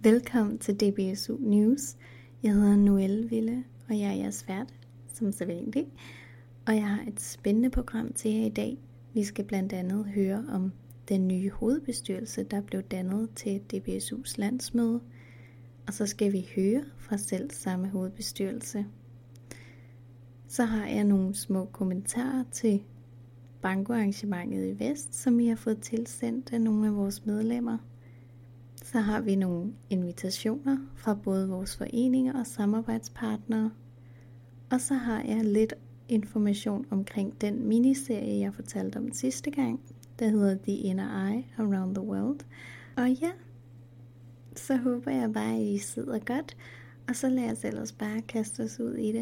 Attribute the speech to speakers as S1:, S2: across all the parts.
S1: Velkommen til DBSU News. Jeg hedder Noelle Ville, og jeg er jeres vært, som sædvanligt. Og jeg har et spændende program til jer i dag. Vi skal blandt andet høre om den nye hovedbestyrelse, der blev dannet til DBSU's landsmøde. Og så skal vi høre fra selv samme hovedbestyrelse. Så har jeg nogle små kommentarer til bankoarrangementet i Vest, som vi har fået tilsendt af nogle af vores medlemmer. Så har vi nogle invitationer fra både vores foreninger og samarbejdspartnere. Og så har jeg lidt information omkring den miniserie, jeg fortalte om sidste gang, der hedder The Inner Eye Around the World. Og ja, så håber jeg bare, at I sidder godt, og så lad os ellers bare kaste os ud i det.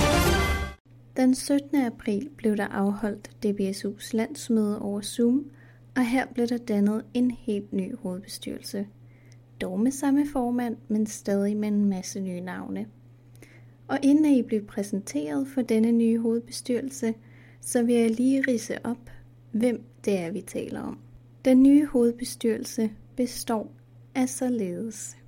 S1: Den 17. april blev der afholdt DBSU's landsmøde over Zoom, og her blev der dannet en helt ny hovedbestyrelse. Dog med samme formand, men stadig med en masse nye navne. Og inden I bliver præsenteret for denne nye hovedbestyrelse, så vil jeg lige ridse op, hvem det er, vi taler om. Den nye hovedbestyrelse består af således: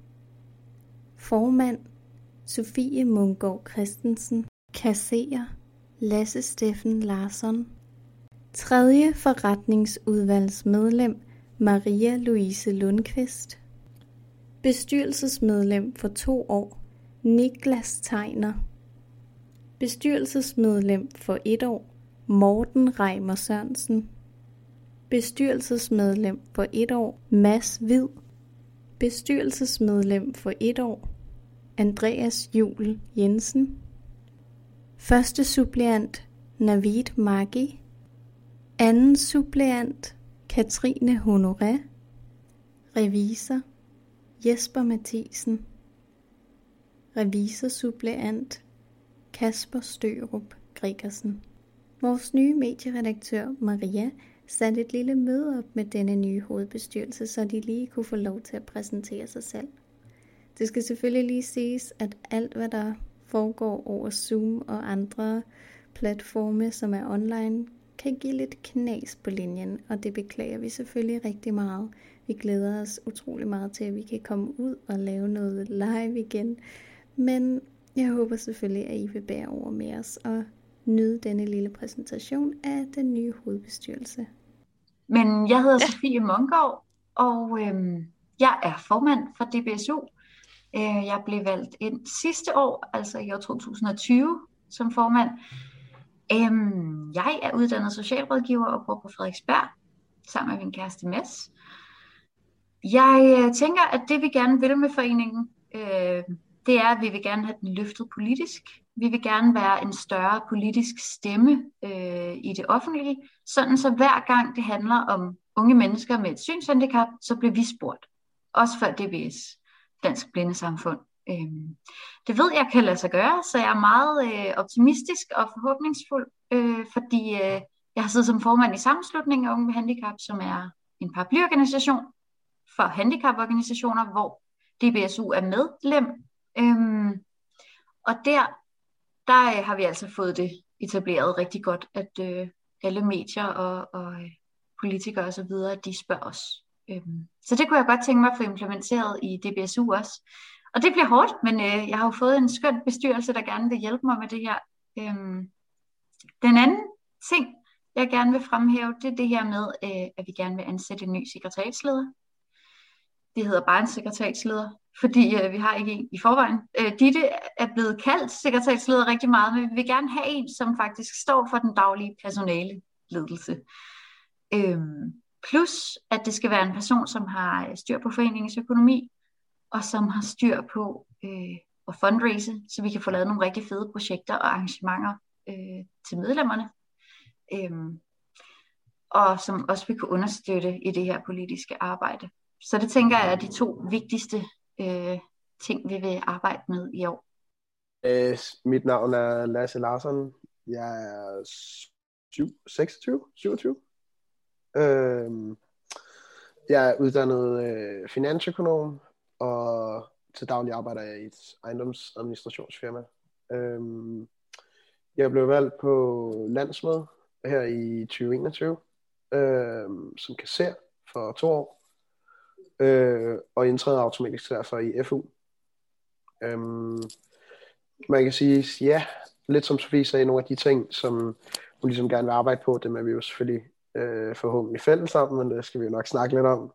S1: formand Sofie Munggaard Christensen, kasserer Lasse Steffen Larsson, tredje forretningsudvalgsmedlem Maria Louise Lundqvist, bestyrelsesmedlem for 2 år Niklas Tegner, bestyrelsesmedlem for 1 år Morten Reimer Sørensen, bestyrelsesmedlem for 1 år Mads Hvid, bestyrelsesmedlem for 1 år Andreas Juel Jensen, første suppleant Navid Maggi, anden suppleant Katrine Honoré, revisor Jesper Mathisen, revisorsuppleant Kasper Størup Gregersen. Vores nye medieredaktør Maria satte et lille møde op med denne nye hovedbestyrelse, så de lige kunne få lov til at præsentere sig selv. Det skal selvfølgelig lige siges, at alt hvad der foregår over Zoom og andre platforme, som er online, kan give lidt knas på linjen, og det beklager vi selvfølgelig rigtig meget. Vi glæder os utrolig meget til, at vi kan komme ud og lave noget live igen. Men jeg håber selvfølgelig, at I vil bære over med os og nyde denne lille præsentation af den nye hovedbestyrelse.
S2: Men jeg hedder Sofie Munggaard, og jeg er formand for DBSU. Jeg blev valgt ind sidste år, altså i år 2020, som formand. Jeg er uddannet socialrådgiver og bor på Frederiksberg, sammen med min kæreste Mads. Jeg tænker, at det vi gerne vil med foreningen, det er, at vi vil gerne have den løftet politisk. Vi vil gerne være en større politisk stemme i det offentlige, sådan så hver gang det handler om unge mennesker med et synshandicap, så bliver vi spurgt. Også for DBS, Dansk Blindesamfund. Det ved jeg kan lade sig gøre, så jeg er meget optimistisk og forhåbningsfuld, fordi jeg har siddet som formand i Sammenslutningen af Unge med Handicap, som er en paraplyorganisation for handicaporganisationer, hvor DBSU er medlem. Og der har vi altså fået det etableret rigtig godt, at alle medier og politikere og så videre, de spørger os. Så det kunne jeg godt tænke mig at få implementeret i DBSU også. Og det bliver hårdt, men jeg har jo fået en skøn bestyrelse, der gerne vil hjælpe mig med det her. Den anden ting, jeg gerne vil fremhæve, det er det her med, at vi gerne vil ansætte en ny sekretariatsleder. Det hedder bare en sekretariatsleder, fordi vi har ikke en i forvejen. Ditte er blevet kaldt sekretariatsleder rigtig meget, men vi vil gerne have en, som faktisk står for den daglige personaleledelse. Plus, at det skal være en person, som har styr på foreningens økonomi, og som har styr på at fundraise, så vi kan få lavet nogle rigtig fede projekter og arrangementer til medlemmerne. Og som også vil kunne understøtte i det her politiske arbejde. Så det tænker jeg er de 2 vigtigste ting, vi vil arbejde med i år.
S3: Mit navn er Lasse Larsson. Jeg er 27. Jeg er uddannet finansøkonom, og til daglig arbejder jeg i et ejendomsadministrationsfirma. Jeg blev valgt på landsmøde her i 2021 som kasserer for 2 år. og indtræder automatisk derfor i FU. Man kan sige, ja, lidt som Sofie sagde, nogle af de ting, som hun ligesom gerne vil arbejde på, dem er vi jo selvfølgelig forhåbentlig fælles sammen, men det skal vi jo nok snakke lidt om.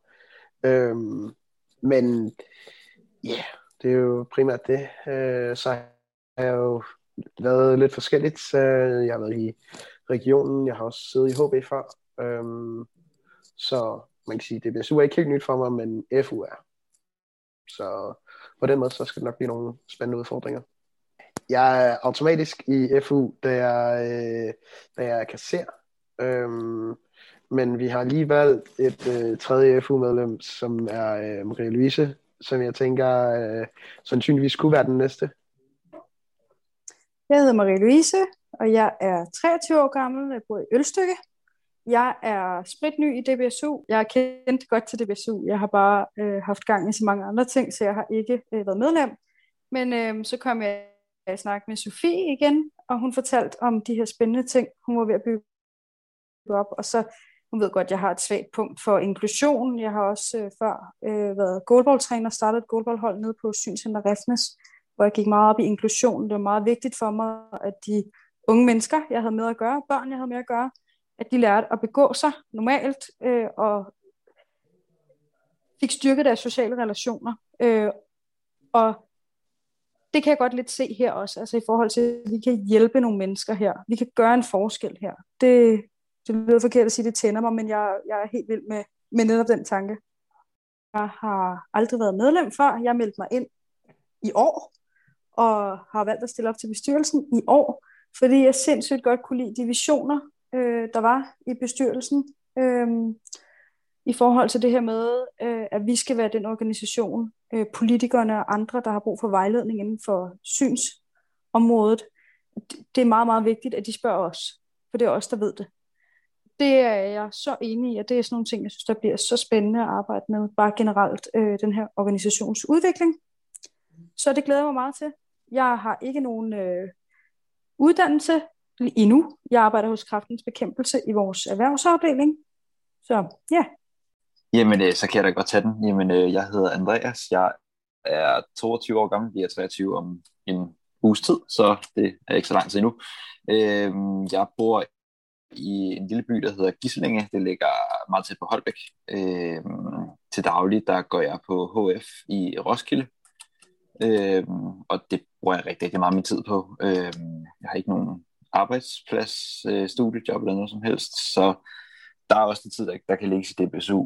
S3: Men ja, det er jo primært det. Så har jeg jo været lidt forskelligt. Jeg har været i regionen, jeg har også siddet i HB før. Så man kan sige, at DBSU er ikke helt nyt for mig, men FU er. Så på den måde, så skal det nok blive nogle spændende udfordringer. Jeg er automatisk i FU, da jeg er kasser. Men vi har lige valgt et tredje FU-medlem, som er Marie-Louise, som jeg tænker sandsynligvis kunne være den næste.
S4: Jeg hedder Marie-Louise, og jeg er 23 år gammel. Jeg bor i Ølstykke. Jeg er spritny i DBSU. Jeg har kendt godt til DBSU. Jeg har bare haft gang i så mange andre ting, så jeg har ikke været medlem. Men så kom jeg i snak med Sofie igen, og hun fortalte om de her spændende ting, hun var ved at bygge op. Og så, hun ved godt, at jeg har et svagt punkt for inklusion. Jeg har også før været goalballtræner, startet et goalballhold nede på Synscenter Refnes, hvor jeg gik meget op i inklusion. Det var meget vigtigt for mig, at de unge mennesker, jeg havde med at gøre, børn, jeg havde med at gøre, at de lærte at begå sig normalt og fik styrket deres sociale relationer. Og det kan jeg godt lidt se her også, altså i forhold til, at vi kan hjælpe nogle mennesker her. Vi kan gøre en forskel her. Det lyder forkert at sige, det tænder mig, men jeg er helt vild med netop den tanke. Jeg har aldrig været medlem før. Jeg meldte mig ind i år, og har valgt at stille op til bestyrelsen i år, fordi jeg sindssygt godt kunne lide de visioner, der var i bestyrelsen, i forhold til det her med, at vi skal være den organisation, politikerne og andre, der har brug for vejledning inden for synsområdet. Det er meget, meget vigtigt, at de spørger os, for det er os, der ved det. Det er jeg så enig i, og det er sådan nogle ting, jeg synes, der bliver så spændende at arbejde med, bare generelt den her organisationsudvikling. Så det glæder jeg mig meget til. Jeg har ikke nogen uddannelse endnu. Jeg arbejder hos Kræftens Bekæmpelse i vores erhvervsafdeling. Så ja.
S5: Jamen, så kan jeg da godt tage den. Jamen, jeg hedder Andreas. Jeg er 22 år gammel. Jeg er 23 om en uges tid, så det er ikke så lang tid endnu. Jeg bor i en lille by, der hedder Gislinge. Det ligger meget tæt på Holbæk. Til daglig, der går jeg på HF i Roskilde. Og det bruger jeg rigtig meget min tid på. Jeg har ikke nogen arbejdsplads, studiejob eller noget som helst, så der er også lidt tid, der kan ligge i DBSU.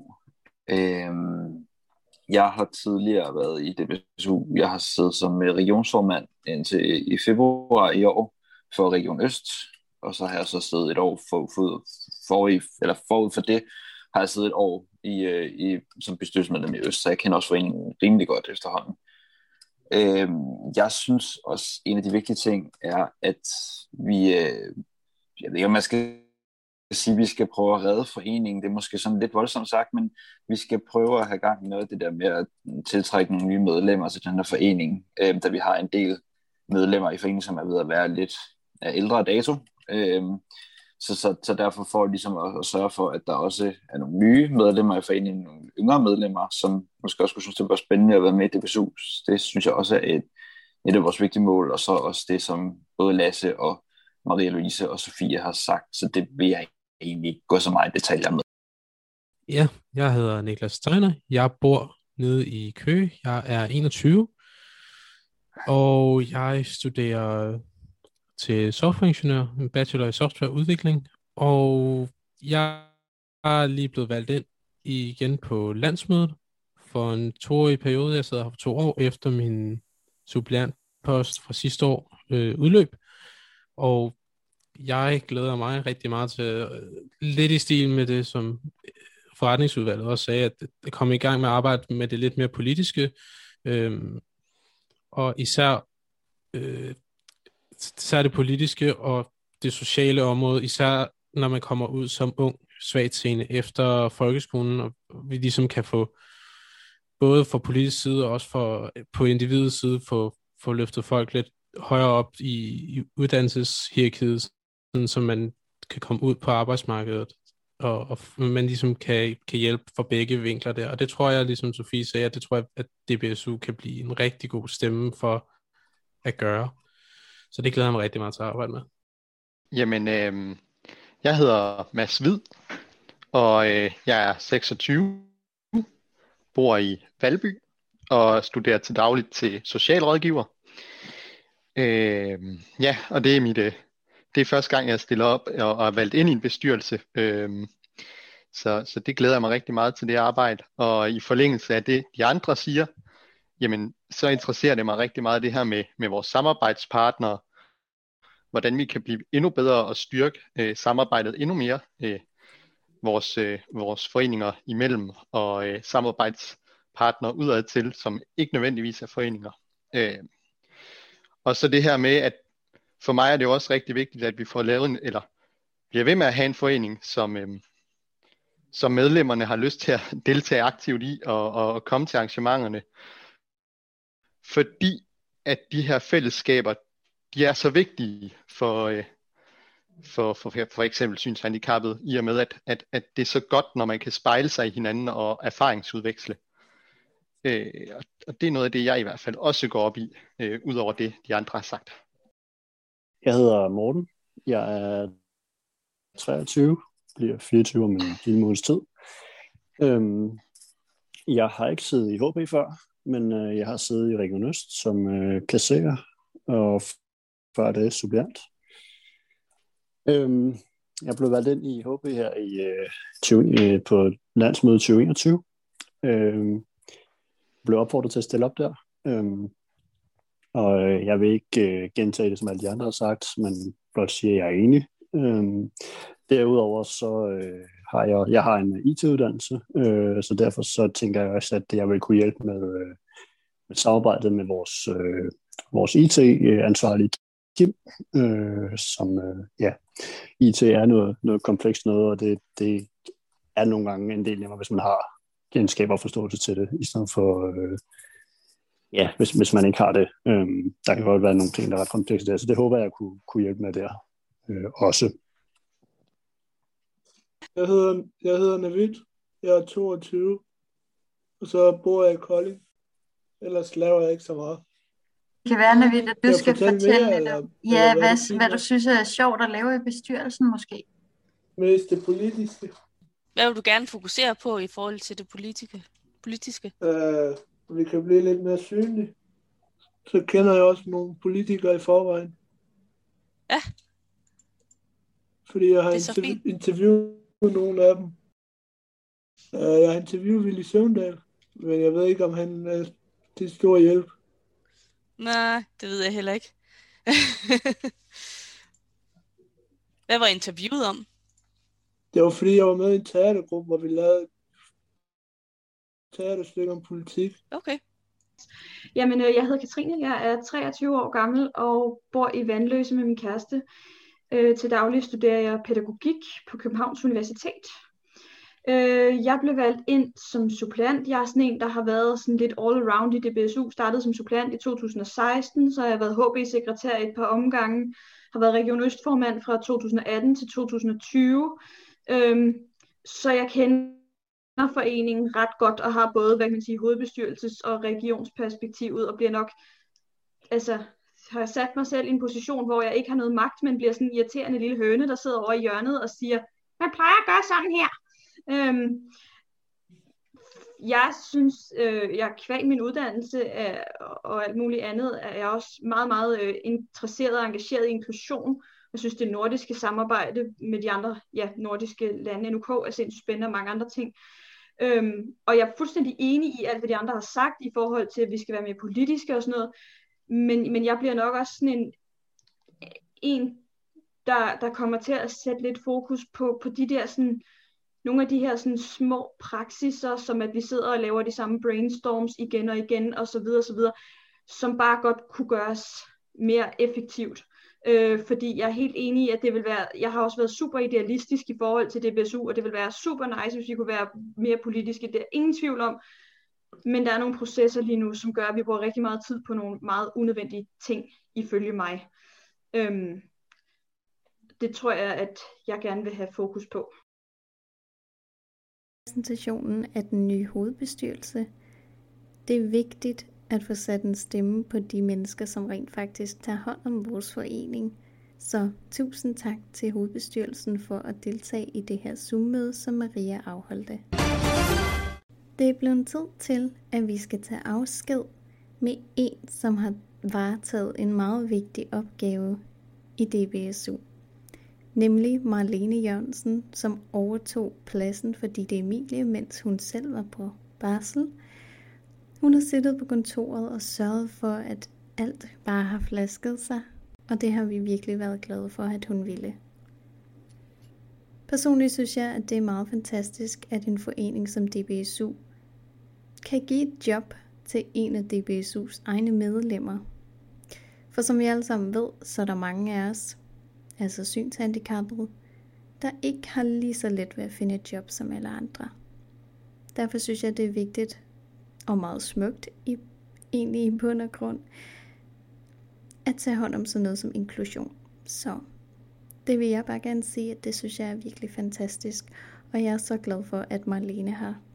S5: Jeg har tidligere været i DBSU. Jeg har siddet som regionsformand indtil i februar i år for Region Øst, og så har jeg så siddet et år forud for det, har jeg siddet et år som bestyrelsesmedlem i Øst, så jeg kender også foreningen rimelig godt efterhånden. Jeg synes også, en af de vigtige ting er, at vi, jeg ved ikke, om man skal sige, at vi skal prøve at redde foreningen. Det er måske sådan lidt voldsomt sagt, men vi skal prøve at have gang i noget af det der med at tiltrække nogle nye medlemmer til den her forening, da vi har en del medlemmer i foreningen, som er ved at være lidt af ældre dato. Så derfor får ligesom at sørge for, at der også er nogle nye medlemmer i foreningen, nogle yngre medlemmer, som måske også kunne synes, det var spændende at være med i DBSU. Det synes jeg også er et af vores vigtige mål, og så også det, som både Lasse og Marie-Louise og Sofie har sagt, så det vil jeg egentlig ikke gå så meget i detaljer med.
S6: Ja, jeg hedder Niklas Steiner. Jeg bor nede i Køge. Jeg er 21, og jeg studerer til softwareingeniør, en bachelor i softwareudvikling, og jeg er lige blevet valgt ind igen på landsmødet for en 2-årig periode. Jeg sidder her for 2 år efter min suppleantpost fra sidste år udløb, og jeg glæder mig rigtig meget til, lidt i stil med det, som forretningsudvalget også sagde, at komme i gang med at arbejde med det lidt mere politiske, og især det politiske og det sociale område, især når man kommer ud som ung svagtseende efter folkeskolen, og vi ligesom kan få, både fra politisk side og også på individets side, få løftet folk lidt højere op i uddannelseshierarkiet, så man kan komme ud på arbejdsmarkedet og man ligesom kan hjælpe for begge vinkler der. Og det tror jeg, ligesom Sofie sagde, at det tror jeg, at DBSU kan blive en rigtig god stemme for at gøre. Så det glæder jeg mig rigtig meget til at arbejde med.
S7: Jamen, jeg hedder Mads Hvid, og jeg er 26, bor i Valby og studerer til dagligt til socialrådgiver. Ja, og det er det er første gang, jeg stiller op og er valgt ind i en bestyrelse. Så det glæder jeg mig rigtig meget til det arbejde. Og i forlængelse af det, de andre siger, jamen, så interesserer det mig rigtig meget det her med vores samarbejdspartnere. Hvordan vi kan blive endnu bedre og styrke samarbejdet endnu mere. Vores foreninger imellem og samarbejdspartnere udad til, som ikke nødvendigvis er foreninger. Og så det her med, at for mig er det jo også rigtig vigtigt, at vi får lavet eller bliver ved med at have en forening, som medlemmerne har lyst til at deltage aktivt i og komme til arrangementerne. Fordi at de her fællesskaber, de er så vigtige for eksempel synshandicappede, i og med, at det er så godt, når man kan spejle sig i hinanden og erfaringsudveksle. Og det er noget af det, jeg i hvert fald også går op i, ud over det, de andre har sagt.
S8: Jeg hedder Morten. Jeg er 23, bliver 24 om en lille måneds tid. Jeg har ikke siddet i HB før, men jeg har siddet i Region Øst som kasserer, og før det suppleant. Jeg blev valgt ind i HB her på landsmødet 2021. Blev opfordret til at stille op der. Og jeg vil ikke gentage det, som alle de andre har sagt, men blot sige, at jeg er enig. Derudover så har jeg har en IT-uddannelse, så derfor så tænker jeg også, at jeg vil kunne hjælpe med samarbejdet med vores IT-ansvarlige team, som IT er noget komplekst noget, og det er nogle gange en del nemmere, hvis man har kendskab og forståelse til det, i stedet for hvis man ikke har det. Der kan godt være nogle ting, der er ret komplekse der, så det håber jeg kunne hjælpe med der også.
S9: Jeg hedder Navid, jeg er 22, og så bor jeg i Kolding. Ellers laver jeg ikke så meget.
S2: Det kan være, Navid, at du skal fortælle lidt om, hvad du synes er sjovt at lave i bestyrelsen måske.
S9: Mest det politiske.
S10: Hvad vil du gerne fokusere på i forhold til det politiske?
S9: Vi kan blive lidt mere synlige. Så kender jeg også nogle politikere i forvejen.
S10: Ja.
S9: Fordi jeg har interviewet nogle af dem. Jeg har interviewet Willy Søvndal, men jeg ved ikke, om han er til stor hjælp.
S10: Nej, det ved jeg heller ikke. Hvad var interviewet om?
S9: Det var fordi, jeg var med i en teatergruppe, hvor vi lavede et teaterstykke om politik.
S10: Okay.
S11: Jamen, jeg hedder Katrine, jeg er 23 år gammel og bor i Vandløse med min kæreste. Til daglig studerer jeg pædagogik på Københavns Universitet. Jeg blev valgt ind som suppleant. Jeg er sådan en, der har været sådan lidt all around i DBSU. Startede som suppleant i 2016, så har jeg været HB-sekretær et par omgange. Har været Region Øst-formand fra 2018 til 2020. Så jeg kender foreningen ret godt og har både, hovedbestyrelses- og regionsperspektivet, og bliver nok, har jeg sat mig selv i en position, hvor jeg ikke har noget magt, men bliver sådan en irriterende lille høne, der sidder over i hjørnet og siger, man plejer at gøre sådan her. Jeg synes, jeg kvæg min uddannelse og alt muligt andet, er jeg også meget, meget interesseret og engageret i inklusion. Jeg synes, det nordiske samarbejde med de andre nordiske lande, NUK, er sindssygt spændende og mange andre ting. Og jeg er fuldstændig enig i alt, hvad de andre har sagt i forhold til, at vi skal være mere politiske og sådan noget. Men jeg bliver nok også sådan en der kommer til at sætte lidt fokus på de der sådan, nogle af de her sådan små praksiser, som at vi sidder og laver de samme brainstorms igen og igen og så videre, som bare godt kunne gøres mere effektivt. Fordi jeg er helt enig i, at det vil være, jeg har også været super idealistisk i forhold til DBSU, og det vil være super nice, hvis vi kunne være mere politiske. Det er ingen tvivl om, men der er nogle processer lige nu, som gør, at vi bruger rigtig meget tid på nogle meget unødvendige ting, ifølge mig. Det tror jeg, at jeg gerne vil have fokus på.
S1: præsentationen af den nye hovedbestyrelse. Det er vigtigt at få sat en stemme på de mennesker, som rent faktisk tager hånd om vores forening. Så tusind tak til hovedbestyrelsen for at deltage i det her Zoom-møde, som Maria afholdte. Det er blevet tid til, at vi skal tage afsked med en, som har varetaget en meget vigtig opgave i DBSU. Nemlig Marlene Jørgensen, som overtog pladsen for Ditte Emilie, mens hun selv var på barsel. Hun har siddet på kontoret og sørget for, at alt bare har flasket sig, og det har vi virkelig været glade for, at hun ville. Personligt synes jeg, at det er meget fantastisk, at en forening som DBSU kan give et job til en af DBSU's egne medlemmer. For som vi alle sammen ved, så er der mange af os, altså synshandicappede, der ikke har lige så let ved at finde et job som alle andre. Derfor synes jeg, det er vigtigt og meget smukt egentlig i bund og grund at tage hånd om sådan noget som inklusion. Så det vil jeg bare gerne sige, at det synes jeg er virkelig fantastisk, og jeg er så glad for, at Marlene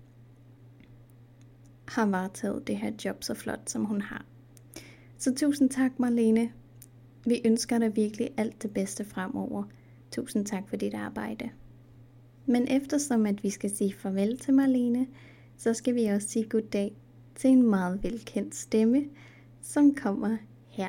S1: har varetaget det her job så flot, som hun har. Så tusind tak, Marlene. Vi ønsker dig virkelig alt det bedste fremover. Tusind tak for dit arbejde. Men eftersom at vi skal sige farvel til Marlene, så skal vi også sige goddag til en meget velkendt stemme, som kommer her.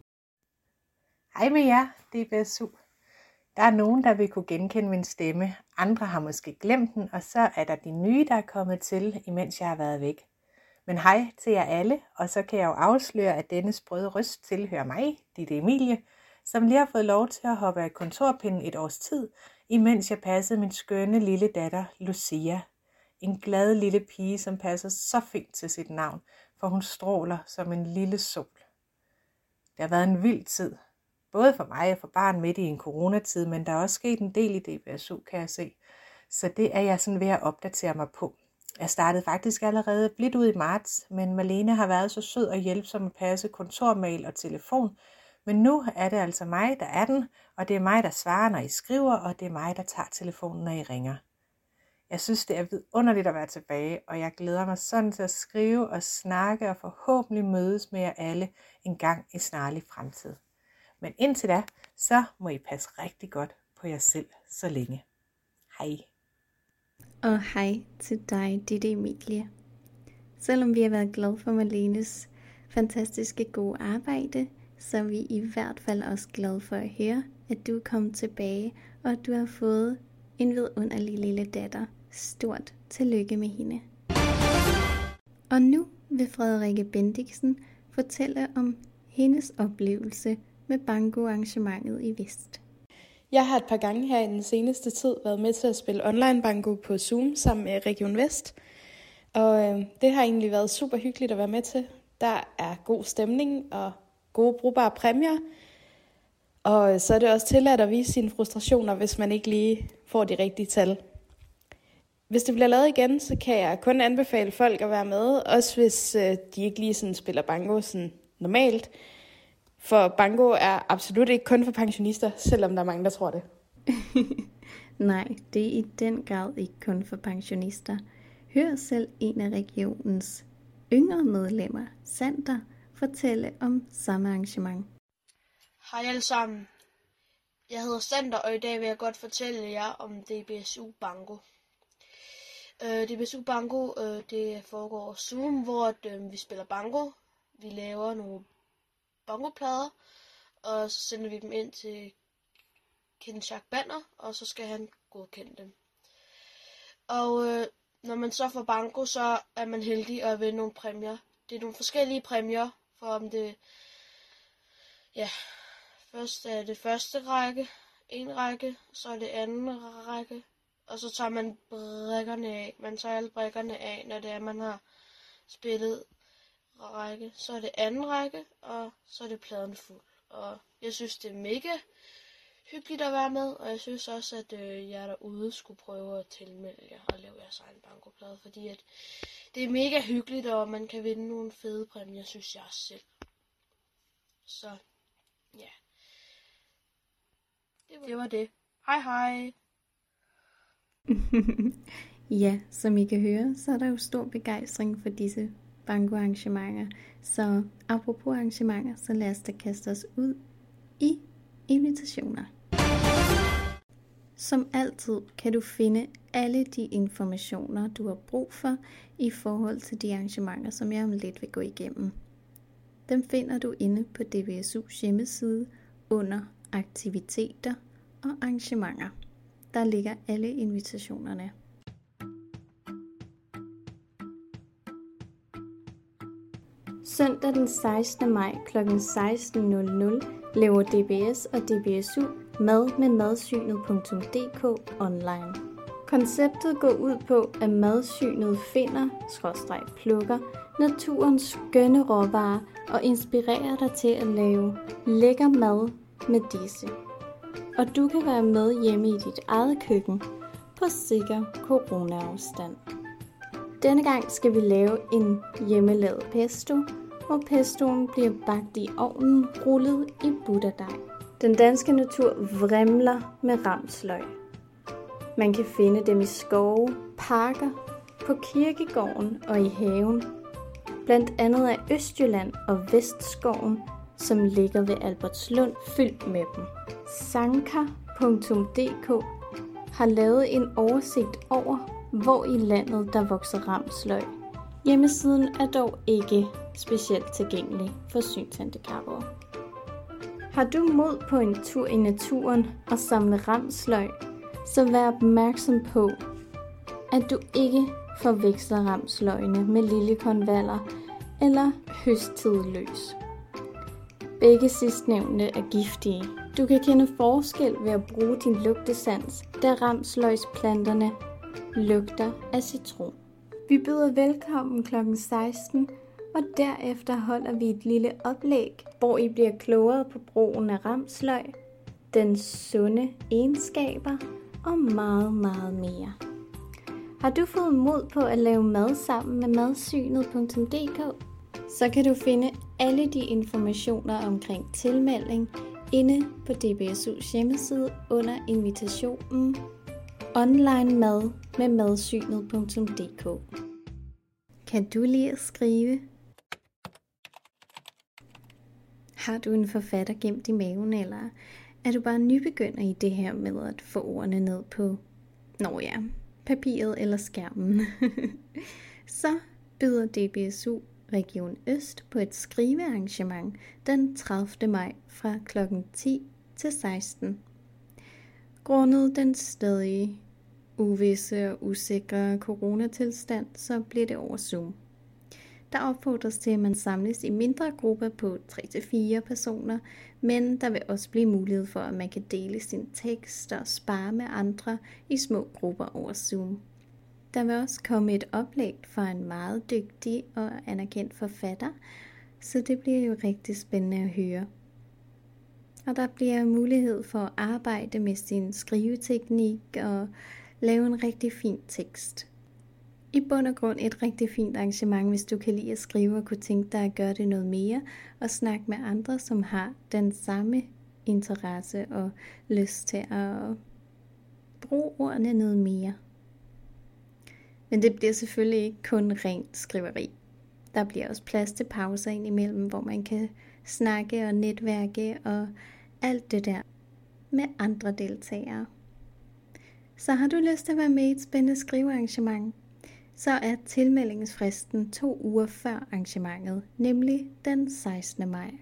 S12: Hej med jer, DBSU. Der er nogen, der vil kunne genkende min stemme. Andre har måske glemt den, og så er der de nye, der er kommet til, imens jeg har været væk. Men hej til jer alle, og så kan jeg jo afsløre, at denne sprøde røst tilhører mig, Ditte Emilie, som lige har fået lov til at hoppe af kontorpinden et års tid, imens jeg passede min skønne lille datter Lucia. En glad lille pige, som passer så fint til sit navn, for hun stråler som en lille sol. Det har været en vild tid, både for mig og for barn midt i en coronatid, men der er også sket en del i DBSU, kan jeg se. Så det er jeg sådan ved at opdatere mig på. Jeg startede faktisk allerede lidt ud i marts, men Marlene har været så sød og hjælpsom at passe kontormail og telefon. Men nu er det altså mig, der er den, og det er mig, der svarer, når I skriver, og det er mig, der tager telefonen, når I ringer. Jeg synes, det er vidunderligt at være tilbage, og jeg glæder mig sådan til at skrive og snakke og forhåbentlig mødes med jer alle en gang i snarlig fremtid. Men indtil da, så må I passe rigtig godt på jer selv så længe. Hej.
S1: Og hej til dig, Ditte Emilie. Selvom vi har været glade for Marlenes fantastiske gode arbejde, så er vi i hvert fald også glade for at høre, at du er kommet tilbage, og at du har fået en vidunderlig lille datter. Stort tillykke med hende. Og nu vil Frederikke Bendiksen fortælle om hendes oplevelse med banko-arrangementet i Vest.
S13: Jeg har et par gange her i den seneste tid været med til at spille online banko på Zoom sammen med Region Vest. Og det har egentlig været super hyggeligt at være med til. Der er god stemning og gode brugbare præmier. Og så er det også tilladt at vise sine frustrationer, hvis man ikke lige får de rigtige tal. Hvis det bliver lavet igen, så kan jeg kun anbefale folk at være med, også hvis de ikke lige sådan spiller banko sådan normalt. For banko er absolut ikke kun for pensionister, selvom der er mange, der tror det.
S1: Nej, det er i den grad ikke kun for pensionister. Hør selv en af regionens yngre medlemmer, Sander, fortælle om samme arrangement.
S14: Hej alle sammen. Jeg hedder Sander, og i dag vil jeg godt fortælle jer om DBSU Banko. DBSU Banko, det foregår over Zoom, hvor vi spiller banko. Vi laver nogle bankoplader, og så sender vi dem ind til Kensjak Banner, og så skal han godkende dem. Og når man så får banko, så er man heldig at vinde nogle præmier. Det er nogle forskellige præmier, for om det, ja, først er det første række, en række, så er det anden række, og så tager man brikkerne af. Man tager alle brikkerne af, når det er, man har spillet række. Så er det anden række, og så er det pladen fuld. Og jeg synes, det er mega hyggeligt at være med, og jeg synes også, at jer derude skulle prøve at tilmelde jer og lave jeres egen bankoplade, fordi at det er mega hyggeligt, og man kan vinde nogle fede præmier, synes jeg selv. Så, ja. Det var det. Hej hej.
S1: Ja, som I kan høre, så er der jo stor begejstring for disse banko-arrangementer. Så apropos arrangementer, så lad os da kaste os ud i invitationer. Som altid kan du finde alle de informationer, du har brug for i forhold til de arrangementer, som jeg om lidt vil gå igennem. Dem finder du inde på DBSU's hjemmeside under aktiviteter og arrangementer. Der ligger alle invitationerne. Søndag den 16. maj kl. 16.00 laver DBS og DBSU mad med madsynet.dk online. Konceptet går ud på, at madsynet finder/plukker naturens skønne råvarer og inspirerer dig til at lave lækker mad med disse. Og du kan være med hjemme i dit eget køkken på sikker coronaafstand. Denne gang skal vi lave en hjemmelavet pesto, hvor pestoen bliver bagt i ovnen, rullet i butterdej. Den danske natur vrimler med ramsløg. Man kan finde dem i skove, parker, på kirkegården og i haven. Blandt andet er Østjylland og Vestskoven, som ligger ved Albertslund, fyldt med dem. Sanka.dk har lavet en oversigt over, hvor i landet der vokser ramsløg. Hjemmesiden er dog ikke specielt tilgængelig for synshandicappede. Har du mod på en tur i naturen og samle ramsløg, så vær opmærksom på, at du ikke forveksler ramsløgene med liljekonvaller eller høsttidløs. Begge sidstnævnte er giftige. Du kan kende forskel ved at bruge din lugtesans, da ramsløgsplanterne lugter af citron. Vi byder velkommen kl. 16, og derefter holder vi et lille oplæg, hvor I bliver klogere på brugen af ramsløg, dens sunde egenskaber og meget, meget mere. Har du fået mod på at lave mad sammen med madsynet.dk? Så kan du finde alle de informationer omkring tilmelding inde på DBSU's hjemmeside under invitationen Online mad med madsynet.dk. Kan du lide at skrive? Har du en forfatter gemt i maven, eller er du bare nybegynder i det her med at få ordene ned på, papiret eller skærmen? Så byder DBSU Region Øst på et skrivearrangement den 30. maj fra kl. 10 til 16. Grundet den stadig uvisse og usikre coronatilstand, så bliver det over Zoom. Der opfordres til, at man samles i mindre grupper på 3-4 personer, men der vil også blive mulighed for, at man kan dele sin tekst og spare med andre i små grupper over Zoom. Der vil også komme et oplæg fra en meget dygtig og anerkendt forfatter, så det bliver jo rigtig spændende at høre. Og der bliver mulighed for at arbejde med sin skriveteknik og lave en rigtig fin tekst. I bund og grund et rigtig fint arrangement, hvis du kan lide at skrive og kunne tænke dig at gøre det noget mere og snakke med andre, som har den samme interesse og lyst til at bruge ordene noget mere. Men det bliver selvfølgelig ikke kun rent skriveri. Der bliver også plads til pauser indimellem, hvor man kan snakke og netværke og alt det der med andre deltagere. Så har du lyst til at være med i et spændende skrivearrangement, så er tilmeldingsfristen 2 uger før arrangementet, nemlig den 16. maj.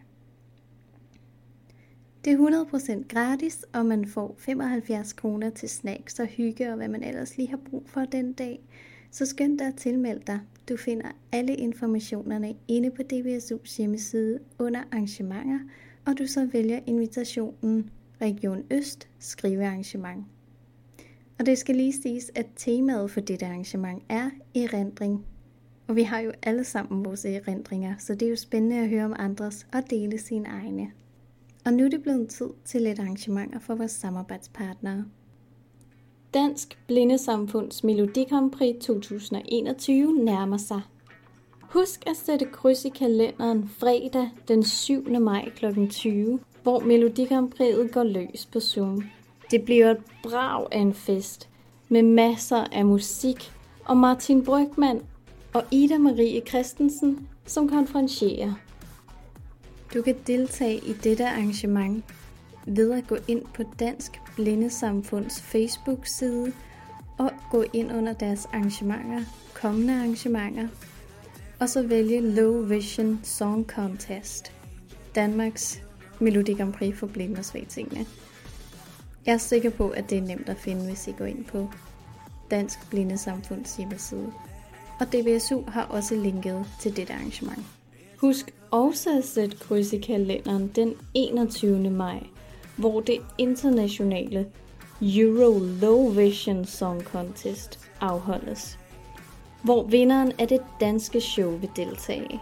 S1: Det er 100% gratis, og man får 75 kroner til snacks og hygge og hvad man ellers lige har brug for den dag. Så skynd dig at tilmelde dig. Du finder alle informationerne inde på DBSU's hjemmeside under arrangementer, og du så vælger invitationen Region Øst skrivearrangement. Og det skal lige siges, at temaet for dette arrangement er erindring. Og vi har jo alle sammen vores erindringer, så det er jo spændende at høre om andres og dele sine egne. Og nu er det blevet tid til lidt arrangementer for vores samarbejdspartnere. Dansk Blindesamfunds Melodi Grand Prix 2021 nærmer sig. Husk at sætte kryds i kalenderen fredag den 7. maj kl. 20, hvor Melodi Grand Prix'et går løs på Zoom. Det bliver et brag af en fest med masser af musik, og Martin Brygmann og Ida Marie Christensen som konferencierer. Du kan deltage i dette arrangement ved at gå ind på Dansk Blindesamfunds Facebook-side og gå ind under deres arrangementer, kommende arrangementer, og så vælge Low Vision Song Contest, Danmarks Melodi Grand Prix for blinde og svagtseende. Jeg er sikker på, at det er nemt at finde, hvis I går ind på Dansk Blindesamfunds hjemmeside. Og DBSU har også linket til dette arrangement. Husk også at sætte kryds i kalenderen den 21. maj, hvor det internationale Euro Low Vision Song Contest afholdes, hvor vinderen af det danske show vil deltage.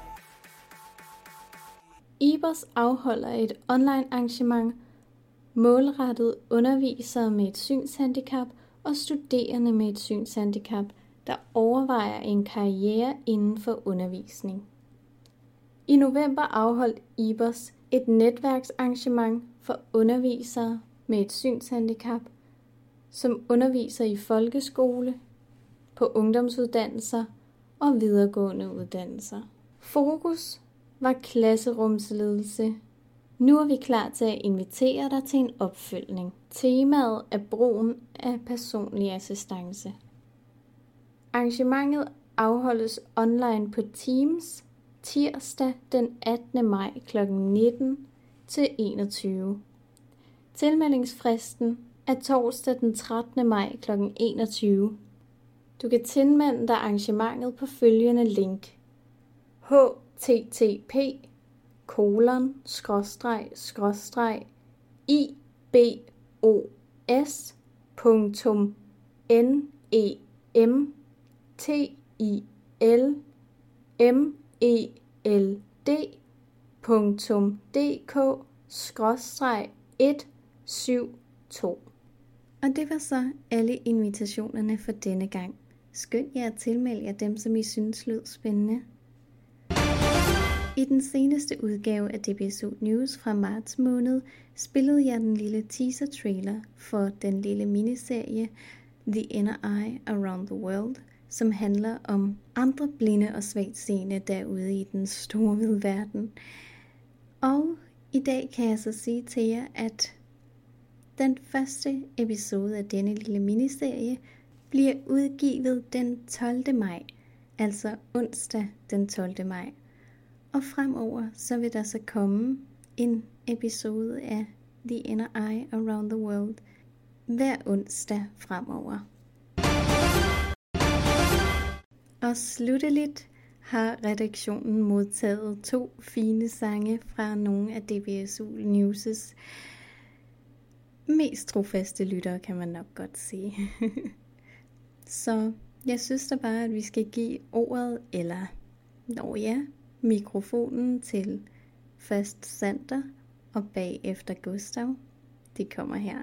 S1: IBOS afholder et online arrangement målrettet undervisere med et synshandicap og studerende med et synshandicap, der overvejer en karriere inden for undervisning. I november afholdt IBOS et netværksarrangement for undervisere med et synshandicap, som underviser i folkeskole, på ungdomsuddannelser og videregående uddannelser. Fokus var klasserumsledelse. Nu er vi klar til at invitere dig til en opfølgning. Temaet er brugen af personlig assistance. Arrangementet afholdes online på Teams tirsdag den 18. maj kl. 19 til 21. Tilmeldingsfristen er torsdag den 13. maj kl. 21. Du kan tilmelde dig arrangementet på følgende link: ibos.nemeld.dk/172. Og det var så alle invitationerne for denne gang. Skynd jer at tilmelde jer dem, som I synes lød spændende. I den seneste udgave af DBSU News fra marts måned spillede jeg den lille teaser-trailer for den lille miniserie The Inner Eye Around the World, som handler om andre blinde og svagtseende derude i den store hvide verden. Og i dag kan jeg så sige til jer, at den første episode af denne lille miniserie bliver udgivet den 12. maj, altså onsdag den 12. maj. Og fremover så vil der så komme en episode af The Inner Eye Around the World hver onsdag fremover. Og slutteligt har redaktionen modtaget 2 fine sange fra nogle af DBSU News' mest trofaste lyttere, kan man nok godt sige. Så jeg synes da bare, at vi skal give ordet, eller mikrofonen til først Sander og bagefter Gustav. De kommer her.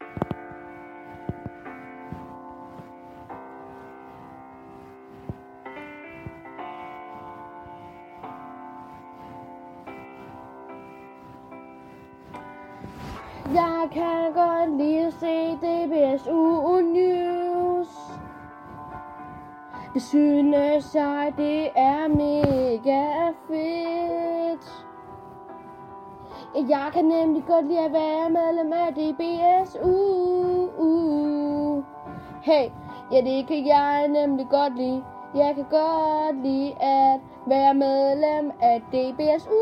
S14: Jeg kan godt lide at se DBSU News. Det synes jeg, det er mega fedt. Jeg kan nemlig godt lide at være medlem af DBSU. Hey, ja, det kan jeg nemlig godt lide. Jeg kan godt lide at være medlem af DBSU.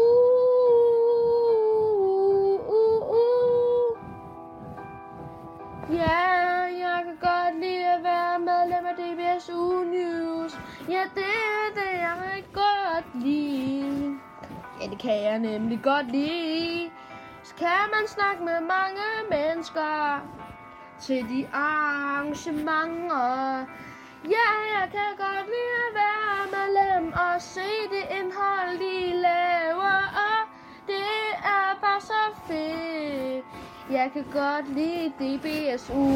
S14: Ja, jeg kan godt lide at være medlem af DBSU News. Ja, det er det, jeg rigtig godt lide. Ja, det kan jeg nemlig godt lide. Så kan man snakke med mange mennesker til de arrangementer. Ja, jeg kan godt lide at være medlem og se det indhold, de laver. Og det er bare så fedt. Jeg kan godt lide DBSU.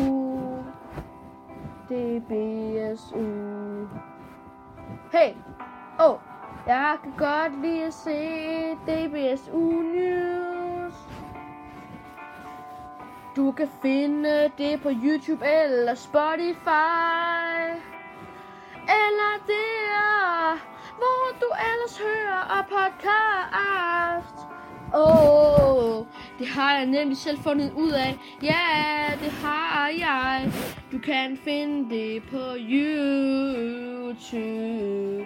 S14: DBSU. Hey! Jeg kan godt lide at se DBSU News. Du kan finde det på YouTube eller Spotify. og podcast. Det har jeg nemlig selv fundet ud af. Ja, det har jeg. Du kan finde det på YouTube.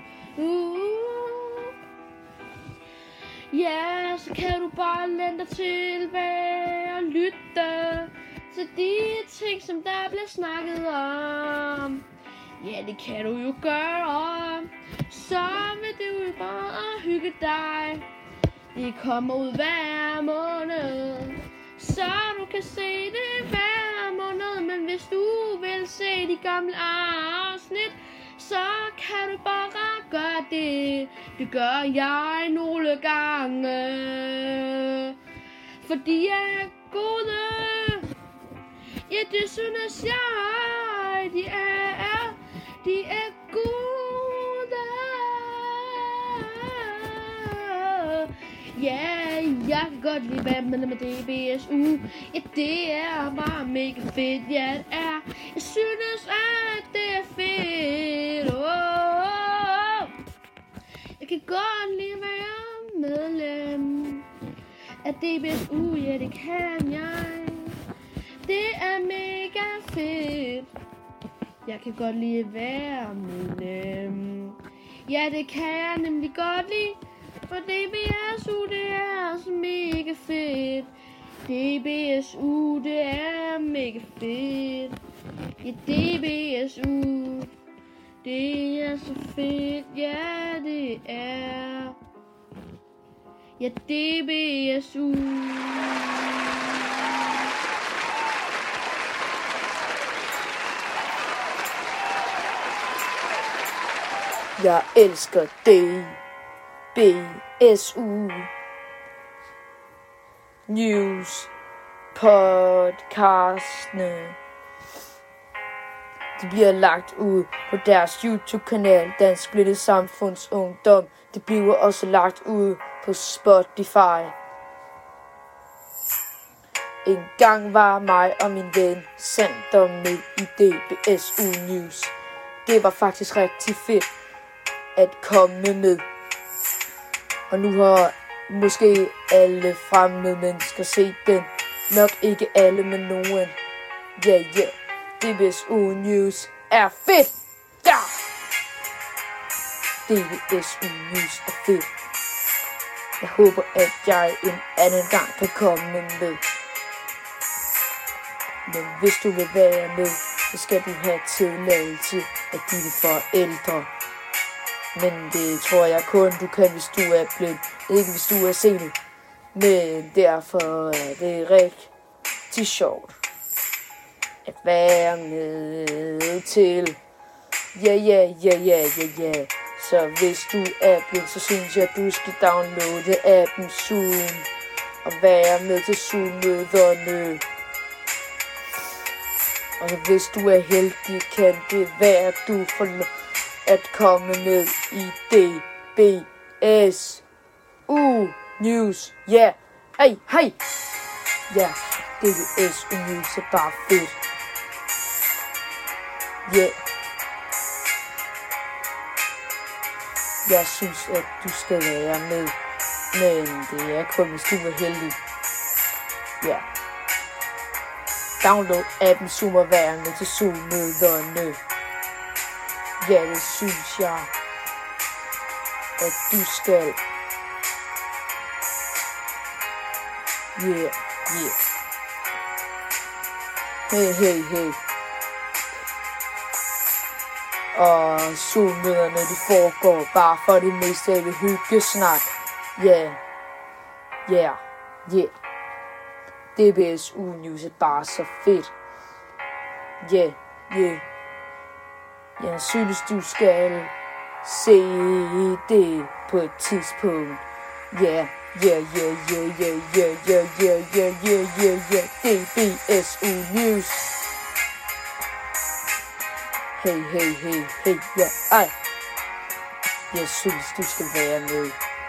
S14: Ja, så kan du bare læne dig tilbage og lytte til de ting, som der bliver snakket om. Ja, det kan du jo gøre. Så vil du jo bare hygge dig. Det kommer ud hver måned, så du kan se det hver måned. Men hvis du vil se de gamle afsnit, så kan du bare gøre det. Det gør jeg nogle gange, fordi jeg er gode. Ja, det synes jeg, de er gode. Ja, jeg kan godt lide være med DBSU. Ja, det er bare mega fedt. Ja, det er. Jeg synes, at det er fedt. Jeg kan godt lide være medlem af DBSU. Ja, det kan jeg. Det er mega fedt. Jeg kan godt lide at være medlem. Ja, det kan jeg nemlig godt lide. For DBSU, det er så mega fedt. DBSU, det er mega fedt. Ja, DBSU, det er så fedt. Ja, det er. Ja, DBSU.
S15: Jeg elsker DBSU News podcastene. De bliver lagt ud på deres YouTube-kanal, Dansk Blinde Samfundsungdom. Det bliver også lagt ud på Spotify. En gang var mig og min ven Sander med i DBSU News. Det var faktisk rigtig fedt at komme med. Og nu har måske alle fremmede mennesker set den. Nok ikke alle, men nogen. Ja. DBSU News er fedt. Ja! DBSU News er fedt. Jeg håber, at jeg en anden gang kan komme med. Men hvis du vil være med, så skal du have tilladelse af dine forældre. Men det tror jeg kun du kan, hvis du er blind. Ikke hvis du er seende. Men derfor er det rigtig sjovt at være med til. Ja. Så hvis du er blind, så synes jeg, du skal downloade appen Zoom og være med til Zoom-møderne. Og hvis du er heldig, kan det være, at du får at komme med i DBSU News. Ja, hey. Ja, DBSU News er bare fedt. Ja. Jeg synes, at du skal være med. Men det er kun, hvis du er heldig. Ja. Download appen Zoom og vær med til Zoom-møderne. Ja, det synes jeg, at du skal. Yeah. Hey. Og Zoom-møderne, de foregår bare for det meste af det hyggesnak. Yeah. DBSU News er bare så fedt. Yeah. Jeg synes, du skal se det på et tidspunkt. Yeah. DBSU News. Hey, ja, ej. Jeg synes, du skal være med.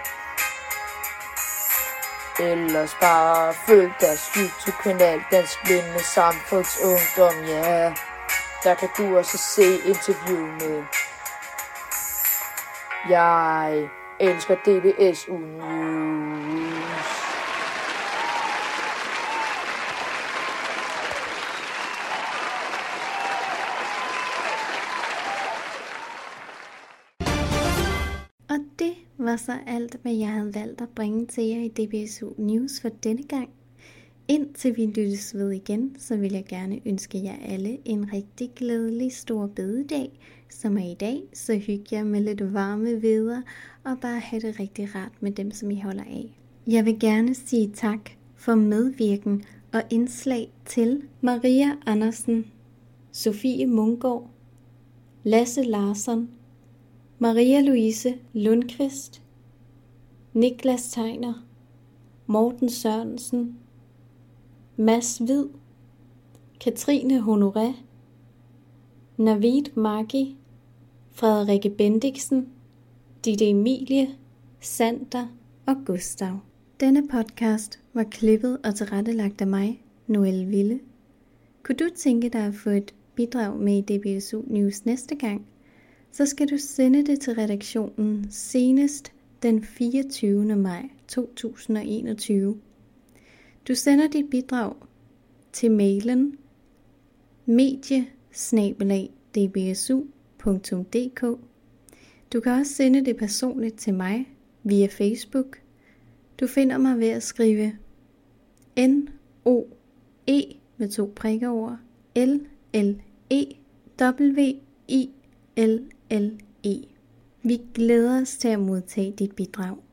S15: Ellers bare følg deres YouTube-kanal, Dansk Blinde Samfundsungdom, ja. Der kan du også se interview med. Jeg elsker DBSU News.
S1: Og det var så alt, hvad jeg havde valgt at bringe til jer i DBSU News for denne gang. Indtil vi lyttes ved igen, så vil jeg gerne ønske jer alle en rigtig glædelig stor bededag, som er i dag, så hygge jer med lidt varme veder og bare have det rigtig rart med dem, som I holder af. Jeg vil gerne sige tak for medvirken og indslag til Maria Andersen, Sofie Mungård, Lasse Larsson, Maria Louise Lundqvist, Niklas Tegner, Morten Sørensen, Mads Hvid, Katrine Honoré, Navid Margi, Frederikke Bendiksen, Ditte Emilie, Sander og Gustav. Denne podcast var klippet og tilrettelagt af mig, Noelle Ville. Kunne du tænke dig at få et bidrag med i DBSU News næste gang, så skal du sende det til redaktionen senest den 24. maj 2021. Du sender dit bidrag til mailen medie@dbsu.dk. Du kan også sende det personligt til mig via Facebook. Du finder mig ved at skrive NOE med 2 prikker over LLEWILLE. Vi glæder os til at modtage dit bidrag.